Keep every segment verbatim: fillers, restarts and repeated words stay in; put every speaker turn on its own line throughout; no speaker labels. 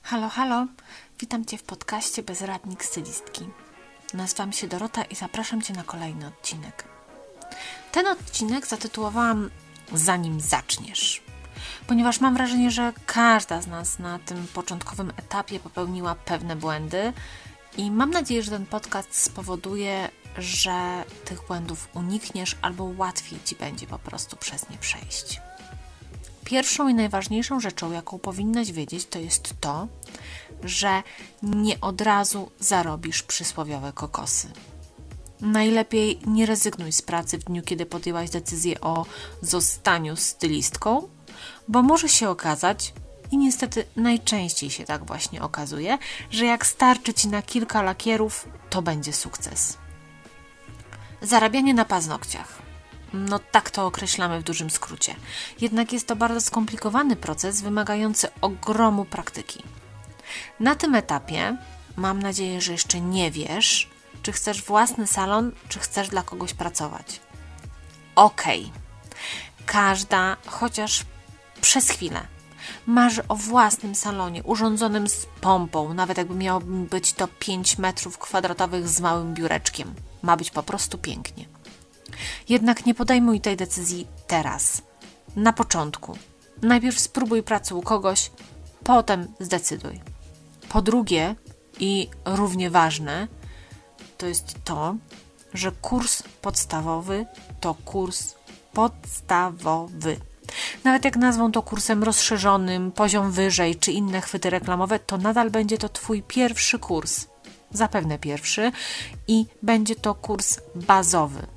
Halo, halo, witam Cię w podcaście Bezradnik Stylistki. Nazywam się Dorota i zapraszam Cię na kolejny odcinek. Ten odcinek zatytułowałam Zanim zaczniesz, ponieważ mam wrażenie, że każda z nas na tym początkowym etapie popełniła pewne błędy i mam nadzieję, że ten podcast spowoduje, że tych błędów unikniesz albo łatwiej Ci będzie po prostu przez nie przejść. Pierwszą i najważniejszą rzeczą, jaką powinnaś wiedzieć, to jest to, że nie od razu zarobisz przysłowiowe kokosy. Najlepiej nie rezygnuj z pracy w dniu, kiedy podjęłaś decyzję o zostaniu stylistką, bo może się okazać, i niestety najczęściej się tak właśnie okazuje, że jak starczy Ci na kilka lakierów, to będzie sukces. Zarabianie na paznokciach. No tak to określamy w dużym skrócie. Jednak jest to bardzo skomplikowany proces wymagający ogromu praktyki. Na tym etapie mam nadzieję, że jeszcze nie wiesz, czy chcesz własny salon, czy chcesz dla kogoś pracować. Okej. Każda, chociaż przez chwilę, marzy o własnym salonie urządzonym z pompą, nawet jakby miało być to pięć metrów kwadratowych z małym biureczkiem. Ma być po prostu pięknie. Jednak nie podejmuj tej decyzji teraz, na początku. Najpierw spróbuj pracy u kogoś, potem zdecyduj. Po drugie, i równie ważne, to jest to, że kurs podstawowy to kurs podstawowy. Nawet jak nazwą to kursem rozszerzonym, poziom wyżej czy inne chwyty reklamowe, to nadal będzie to Twój pierwszy kurs. Zapewne pierwszy i będzie to kurs bazowy.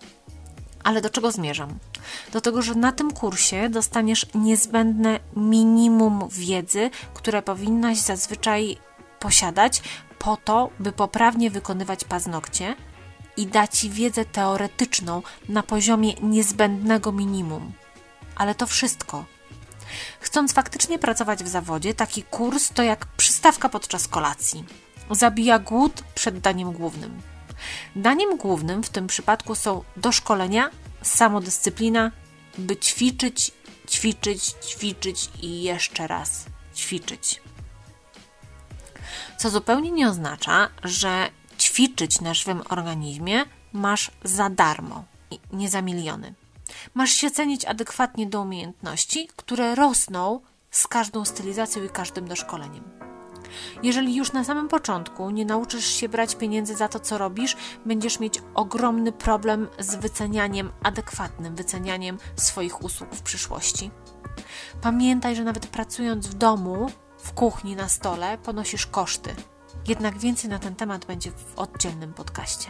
Ale do czego zmierzam? Do tego, że na tym kursie dostaniesz niezbędne minimum wiedzy, które powinnaś zazwyczaj posiadać po to, by poprawnie wykonywać paznokcie i da Ci wiedzę teoretyczną na poziomie niezbędnego minimum. Ale to wszystko. Chcąc faktycznie pracować w zawodzie, taki kurs to jak przystawka podczas kolacji. Zabija głód przed daniem głównym. Daniem głównym w tym przypadku są doszkolenia, samodyscyplina, by ćwiczyć, ćwiczyć, ćwiczyć i jeszcze raz ćwiczyć. Co zupełnie nie oznacza, że ćwiczyć na żywym organizmie masz za darmo, nie za miliony. Masz się cenić adekwatnie do umiejętności, które rosną z każdą stylizacją i każdym doszkoleniem. Jeżeli już na samym początku nie nauczysz się brać pieniędzy za to, co robisz, będziesz mieć ogromny problem z wycenianiem, adekwatnym wycenianiem swoich usług w przyszłości. Pamiętaj, że nawet pracując w domu, w kuchni, na stole, ponosisz koszty. Jednak więcej na ten temat będzie w oddzielnym podcaście.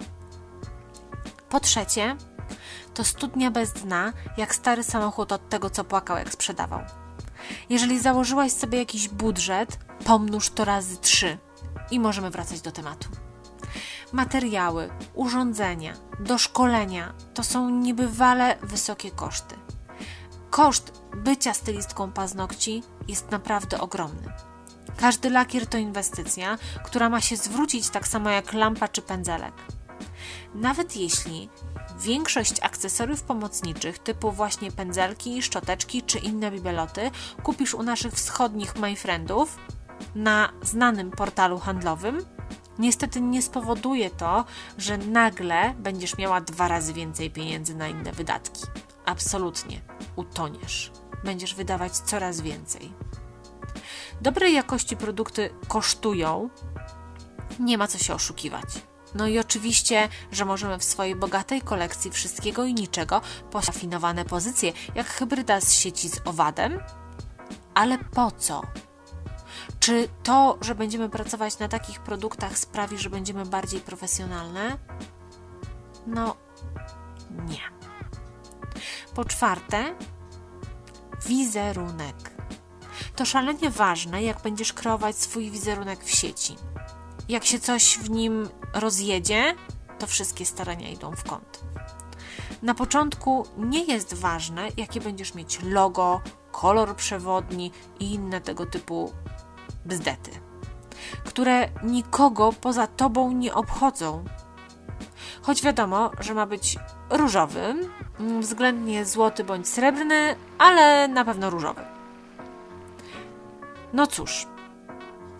Po trzecie, to studnia bez dna, jak stary samochód od tego, co płakał, jak sprzedawał. Jeżeli założyłaś sobie jakiś budżet, pomnóż to razy trzy i możemy wracać do tematu. Materiały, urządzenia, doszkolenia to są niebywale wysokie koszty. Koszt bycia stylistką paznokci jest naprawdę ogromny. Każdy lakier to inwestycja, która ma się zwrócić tak samo jak lampa czy pędzelek. Nawet jeśli większość akcesoriów pomocniczych typu właśnie pędzelki, szczoteczki czy inne bibeloty kupisz u naszych wschodnich MyFriendów na znanym portalu handlowym, niestety nie spowoduje to, że nagle będziesz miała dwa razy więcej pieniędzy na inne wydatki. Absolutnie. Utoniesz. Będziesz wydawać coraz więcej. Dobrej jakości produkty kosztują. Nie ma co się oszukiwać. No i oczywiście, że możemy w swojej bogatej kolekcji wszystkiego i niczego posiadać rafinowane pozycje, jak hybryda z sieci z owadem. Ale po co? Czy to, że będziemy pracować na takich produktach sprawi, że będziemy bardziej profesjonalne? No, nie. Po czwarte, wizerunek. To szalenie ważne, jak będziesz kreować swój wizerunek w sieci. Jak się coś w nim rozjedzie, to wszystkie starania idą w kąt. Na początku nie jest ważne, jakie będziesz mieć logo, kolor przewodni i inne tego typu bzdety, które nikogo poza tobą nie obchodzą. Choć wiadomo, że ma być różowy, względnie złoty bądź srebrny, ale na pewno różowy. No cóż,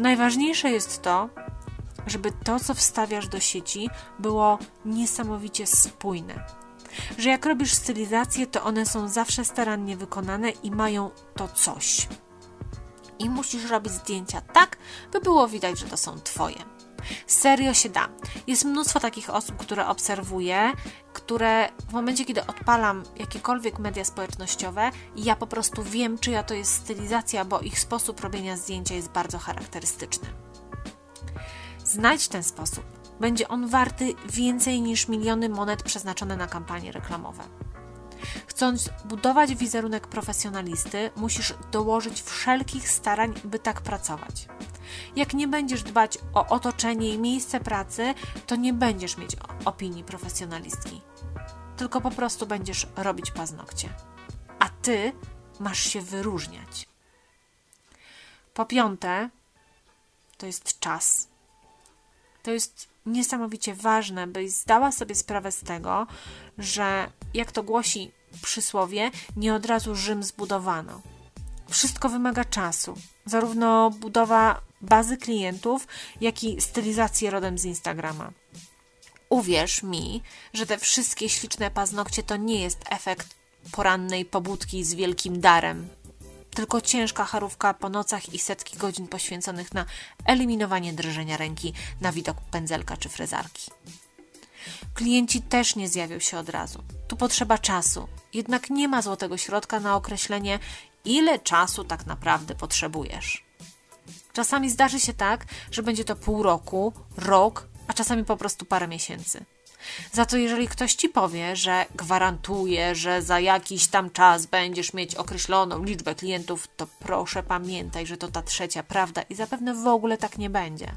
Najważniejsze jest to, żeby to, co wstawiasz do sieci, było niesamowicie spójne. Że jak robisz stylizacje, to one są zawsze starannie wykonane i mają to coś. I musisz robić zdjęcia tak, by było widać, że to są twoje. Serio się da. Jest mnóstwo takich osób, które obserwuję, które w momencie, kiedy odpalam jakiekolwiek media społecznościowe, ja po prostu wiem, czyja to jest stylizacja, bo ich sposób robienia zdjęcia jest bardzo charakterystyczny. Znajdź ten sposób. Będzie on warty więcej niż miliony monet przeznaczone na kampanie reklamowe. Chcąc budować wizerunek profesjonalisty, musisz dołożyć wszelkich starań, by tak pracować. Jak nie będziesz dbać o otoczenie i miejsce pracy, to nie będziesz mieć opinii profesjonalistki. Tylko po prostu będziesz robić paznokcie. A ty masz się wyróżniać. Po piąte, to jest czas. To jest niesamowicie ważne, byś zdała sobie sprawę z tego, że jak to głosi przysłowie, nie od razu Rzym zbudowano. Wszystko wymaga czasu. Zarówno budowa bazy klientów, jak i stylizację rodem z Instagrama. Uwierz mi, że te wszystkie śliczne paznokcie to nie jest efekt porannej pobudki z wielkim darem, tylko ciężka charówka po nocach i setki godzin poświęconych na eliminowanie drżenia ręki na widok pędzelka czy frezarki. Klienci też nie zjawią się od razu. Tu potrzeba czasu. Jednak nie ma złotego środka na określenie, ile czasu tak naprawdę potrzebujesz. Czasami zdarzy się tak, że będzie to pół roku, rok, a czasami po prostu parę miesięcy. Za to jeżeli ktoś Ci powie, że gwarantuje, że za jakiś tam czas będziesz mieć określoną liczbę klientów, to proszę pamiętaj, że to ta trzecia prawda i zapewne w ogóle tak nie będzie.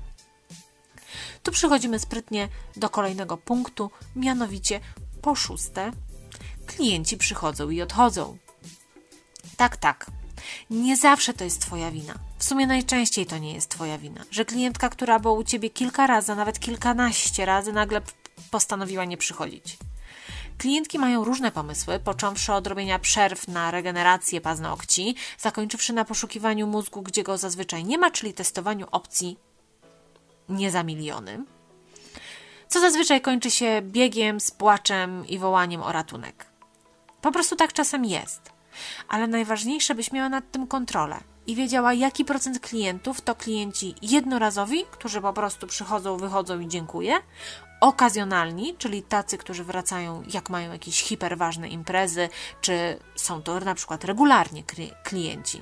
Tu przechodzimy sprytnie do kolejnego punktu, mianowicie po szóste, klienci przychodzą i odchodzą. Tak, tak. Nie zawsze to jest Twoja wina. W sumie najczęściej to nie jest Twoja wina, że klientka, która była u Ciebie kilka razy, a nawet kilkanaście razy, nagle postanowiła nie przychodzić. Klientki mają różne pomysły, począwszy od robienia przerw na regenerację paznokci, zakończywszy na poszukiwaniu mózgu, gdzie go zazwyczaj nie ma, czyli testowaniu opcji nie za miliony, co zazwyczaj kończy się biegiem, z płaczem i wołaniem o ratunek. Po prostu tak czasem jest. Ale najważniejsze, byś miała nad tym kontrolę i wiedziała, jaki procent klientów to klienci jednorazowi, którzy po prostu przychodzą, wychodzą i dziękuję, okazjonalni, czyli tacy, którzy wracają, jak mają jakieś hiperważne imprezy, czy są to na przykład regularnie klienci.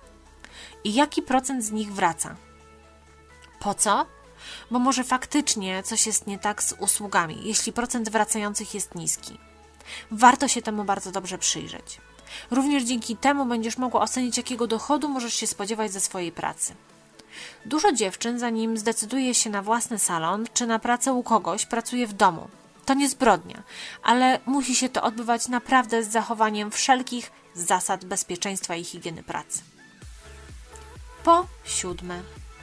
I jaki procent z nich wraca? Po co? Bo może faktycznie coś jest nie tak z usługami, jeśli procent wracających jest niski. Warto się temu bardzo dobrze przyjrzeć. Również dzięki temu będziesz mogła ocenić, jakiego dochodu możesz się spodziewać ze swojej pracy. Dużo dziewczyn, zanim zdecyduje się na własny salon czy na pracę u kogoś, pracuje w domu. To nie zbrodnia, ale musi się to odbywać naprawdę z zachowaniem wszelkich zasad bezpieczeństwa i higieny pracy. Po siódme.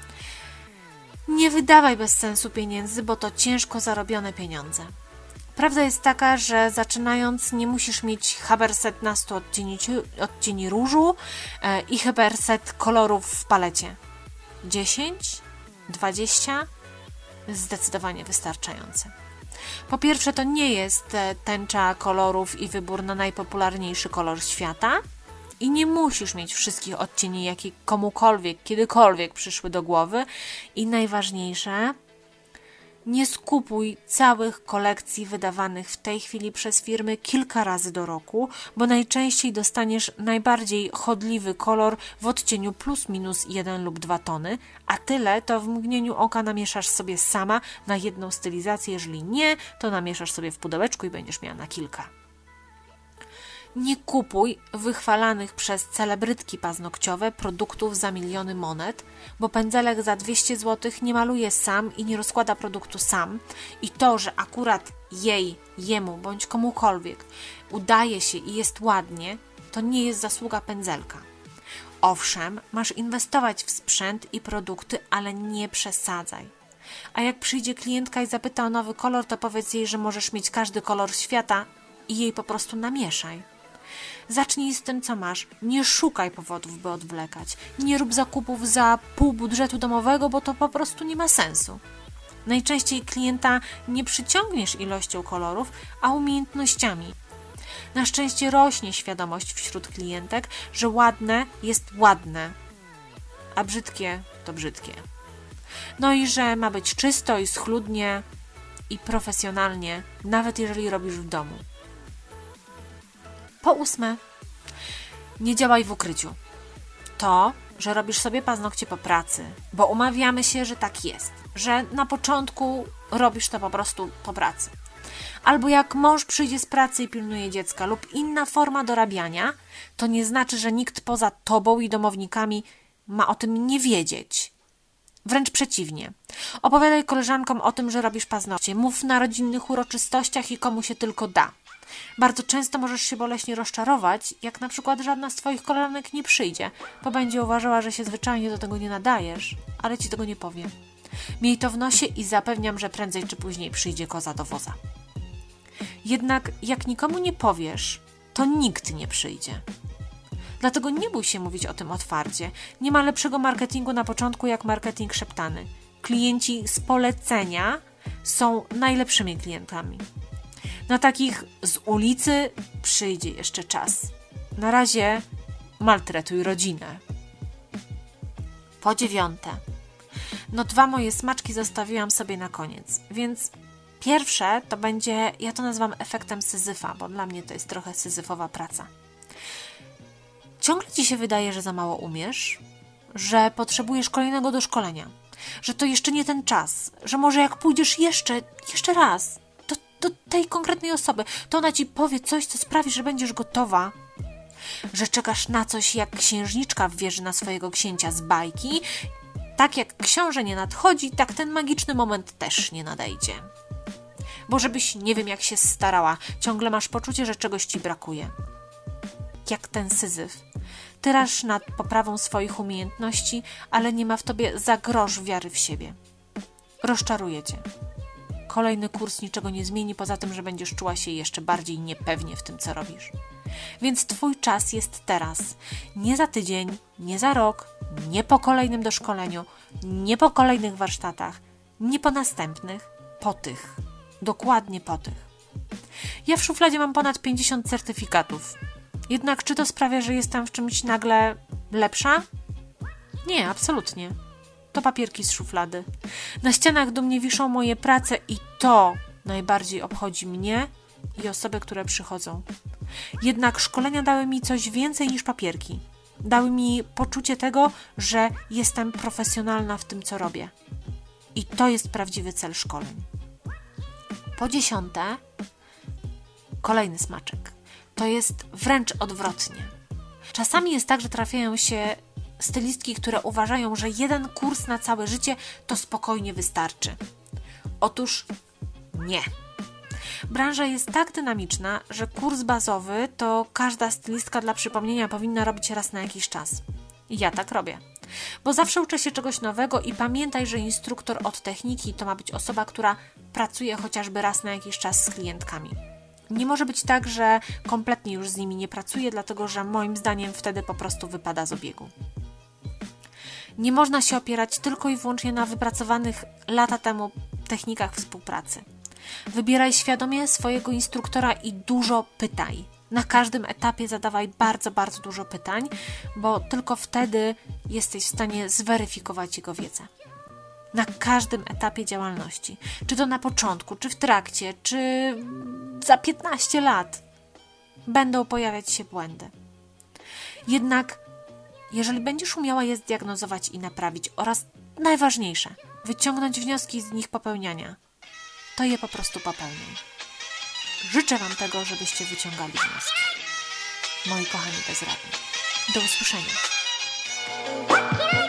Nie wydawaj bez sensu pieniędzy, bo to ciężko zarobione pieniądze. Prawda jest taka, że zaczynając nie musisz mieć habersetnastu odcieni, odcieni różu e, i haberset kolorów w palecie. dziesięć, dwadzieścia zdecydowanie wystarczające. Po pierwsze, to nie jest tęcza kolorów i wybór na najpopularniejszy kolor świata i nie musisz mieć wszystkich odcieni, jakie komukolwiek, kiedykolwiek przyszły do głowy i najważniejsze, nie skupuj całych kolekcji wydawanych w tej chwili przez firmy kilka razy do roku, bo najczęściej dostaniesz najbardziej chodliwy kolor w odcieniu plus minus jeden lub dwa tony, a tyle to w mgnieniu oka namieszasz sobie sama na jedną stylizację, jeżeli nie, to namieszasz sobie w pudełeczku i będziesz miała na kilka. Nie kupuj wychwalanych przez celebrytki paznokciowe produktów za miliony monet, bo pędzelek za dwieście złotych nie maluje sam i nie rozkłada produktu sam i to, że akurat jej, jemu bądź komukolwiek udaje się i jest ładnie, to nie jest zasługa pędzelka. Owszem, masz inwestować w sprzęt i produkty, ale nie przesadzaj. A jak przyjdzie klientka i zapyta o nowy kolor, to powiedz jej, że możesz mieć każdy kolor świata i jej po prostu namieszaj. Zacznij z tym, co masz. Nie szukaj powodów, by odwlekać. Nie rób zakupów za pół budżetu domowego, bo to po prostu nie ma sensu. Najczęściej klienta nie przyciągniesz ilością kolorów, a umiejętnościami. Na szczęście rośnie świadomość wśród klientek, że ładne jest ładne, a brzydkie to brzydkie. No i że ma być czysto i schludnie i profesjonalnie, nawet jeżeli robisz w domu. Po ósme, nie działaj w ukryciu. To, że robisz sobie paznokcie po pracy, bo umawiamy się, że tak jest, że na początku robisz to po prostu po pracy. Albo jak mąż przyjdzie z pracy i pilnuje dziecka lub inna forma dorabiania, to nie znaczy, że nikt poza tobą i domownikami ma o tym nie wiedzieć. Wręcz przeciwnie. Opowiadaj koleżankom o tym, że robisz paznokcie. Mów na rodzinnych uroczystościach i komu się tylko da. Bardzo często możesz się boleśnie rozczarować, jak na przykład żadna z twoich koleżanek nie przyjdzie, bo będzie uważała, że się zwyczajnie do tego nie nadajesz, ale ci tego nie powie. Miej to w nosie i zapewniam, że prędzej czy później przyjdzie koza do woza. Jednak jak nikomu nie powiesz, to nikt nie przyjdzie. Dlatego nie bój się mówić o tym otwarcie. Nie ma lepszego marketingu na początku jak marketing szeptany. Klienci z polecenia są najlepszymi klientami. Na takich z ulicy przyjdzie jeszcze czas. Na razie maltretuj rodzinę. Po dziewiąte. No dwa moje smaczki zostawiłam sobie na koniec, więc pierwsze to będzie, ja to nazywam efektem Syzyfa, bo dla mnie to jest trochę syzyfowa praca. Ciągle ci się wydaje, że za mało umiesz, że potrzebujesz kolejnego doszkolenia, że to jeszcze nie ten czas, że może jak pójdziesz jeszcze, jeszcze raz do, do tej konkretnej osoby, to ona ci powie coś, co sprawi, że będziesz gotowa, że czekasz na coś jak księżniczka w wieży na swojego księcia z bajki. Tak jak książę nie nadchodzi, tak ten magiczny moment też nie nadejdzie. Bo żebyś nie wiem jak się starała, ciągle masz poczucie, że czegoś ci brakuje. Jak ten Syzyf. Tyrasz nad poprawą swoich umiejętności, ale nie ma w tobie za grosz wiary w siebie. Rozczaruje cię. Kolejny kurs niczego nie zmieni, poza tym, że będziesz czuła się jeszcze bardziej niepewnie w tym, co robisz. Więc twój czas jest teraz. Nie za tydzień, nie za rok, nie po kolejnym doszkoleniu, nie po kolejnych warsztatach, nie po następnych, po tych. Dokładnie po tych. Ja w szufladzie mam ponad pięćdziesiąt certyfikatów. Jednak czy to sprawia, że jestem w czymś nagle lepsza? Nie, absolutnie. To papierki z szuflady. Na ścianach dumnie wiszą moje prace i to najbardziej obchodzi mnie i osoby, które przychodzą. Jednak szkolenia dały mi coś więcej niż papierki. Dały mi poczucie tego, że jestem profesjonalna w tym, co robię. I to jest prawdziwy cel szkoleń. Po dziesiąte, kolejny smaczek. To jest wręcz odwrotnie. Czasami jest tak, że trafiają się stylistki, które uważają, że jeden kurs na całe życie to spokojnie wystarczy. Otóż nie. Branża jest tak dynamiczna, że kurs bazowy to każda stylistka dla przypomnienia powinna robić raz na jakiś czas. I ja tak robię. Bo zawsze uczę się czegoś nowego i pamiętaj, że instruktor od techniki to ma być osoba, która pracuje chociażby raz na jakiś czas z klientkami. Nie może być tak, że kompletnie już z nimi nie pracuje, dlatego że moim zdaniem wtedy po prostu wypada z obiegu. Nie można się opierać tylko i wyłącznie na wypracowanych lata temu technikach współpracy. Wybieraj świadomie swojego instruktora i dużo pytaj. Na każdym etapie zadawaj bardzo, bardzo dużo pytań, bo tylko wtedy jesteś w stanie zweryfikować jego wiedzę. Na każdym etapie działalności. Czy to na początku, czy w trakcie, czy za piętnaście lat będą pojawiać się błędy. Jednak jeżeli będziesz umiała je zdiagnozować i naprawić oraz najważniejsze, wyciągnąć wnioski z nich popełniania, to je po prostu popełniaj. Życzę Wam tego, żebyście wyciągali wnioski. Moi kochani bezradni. Do usłyszenia.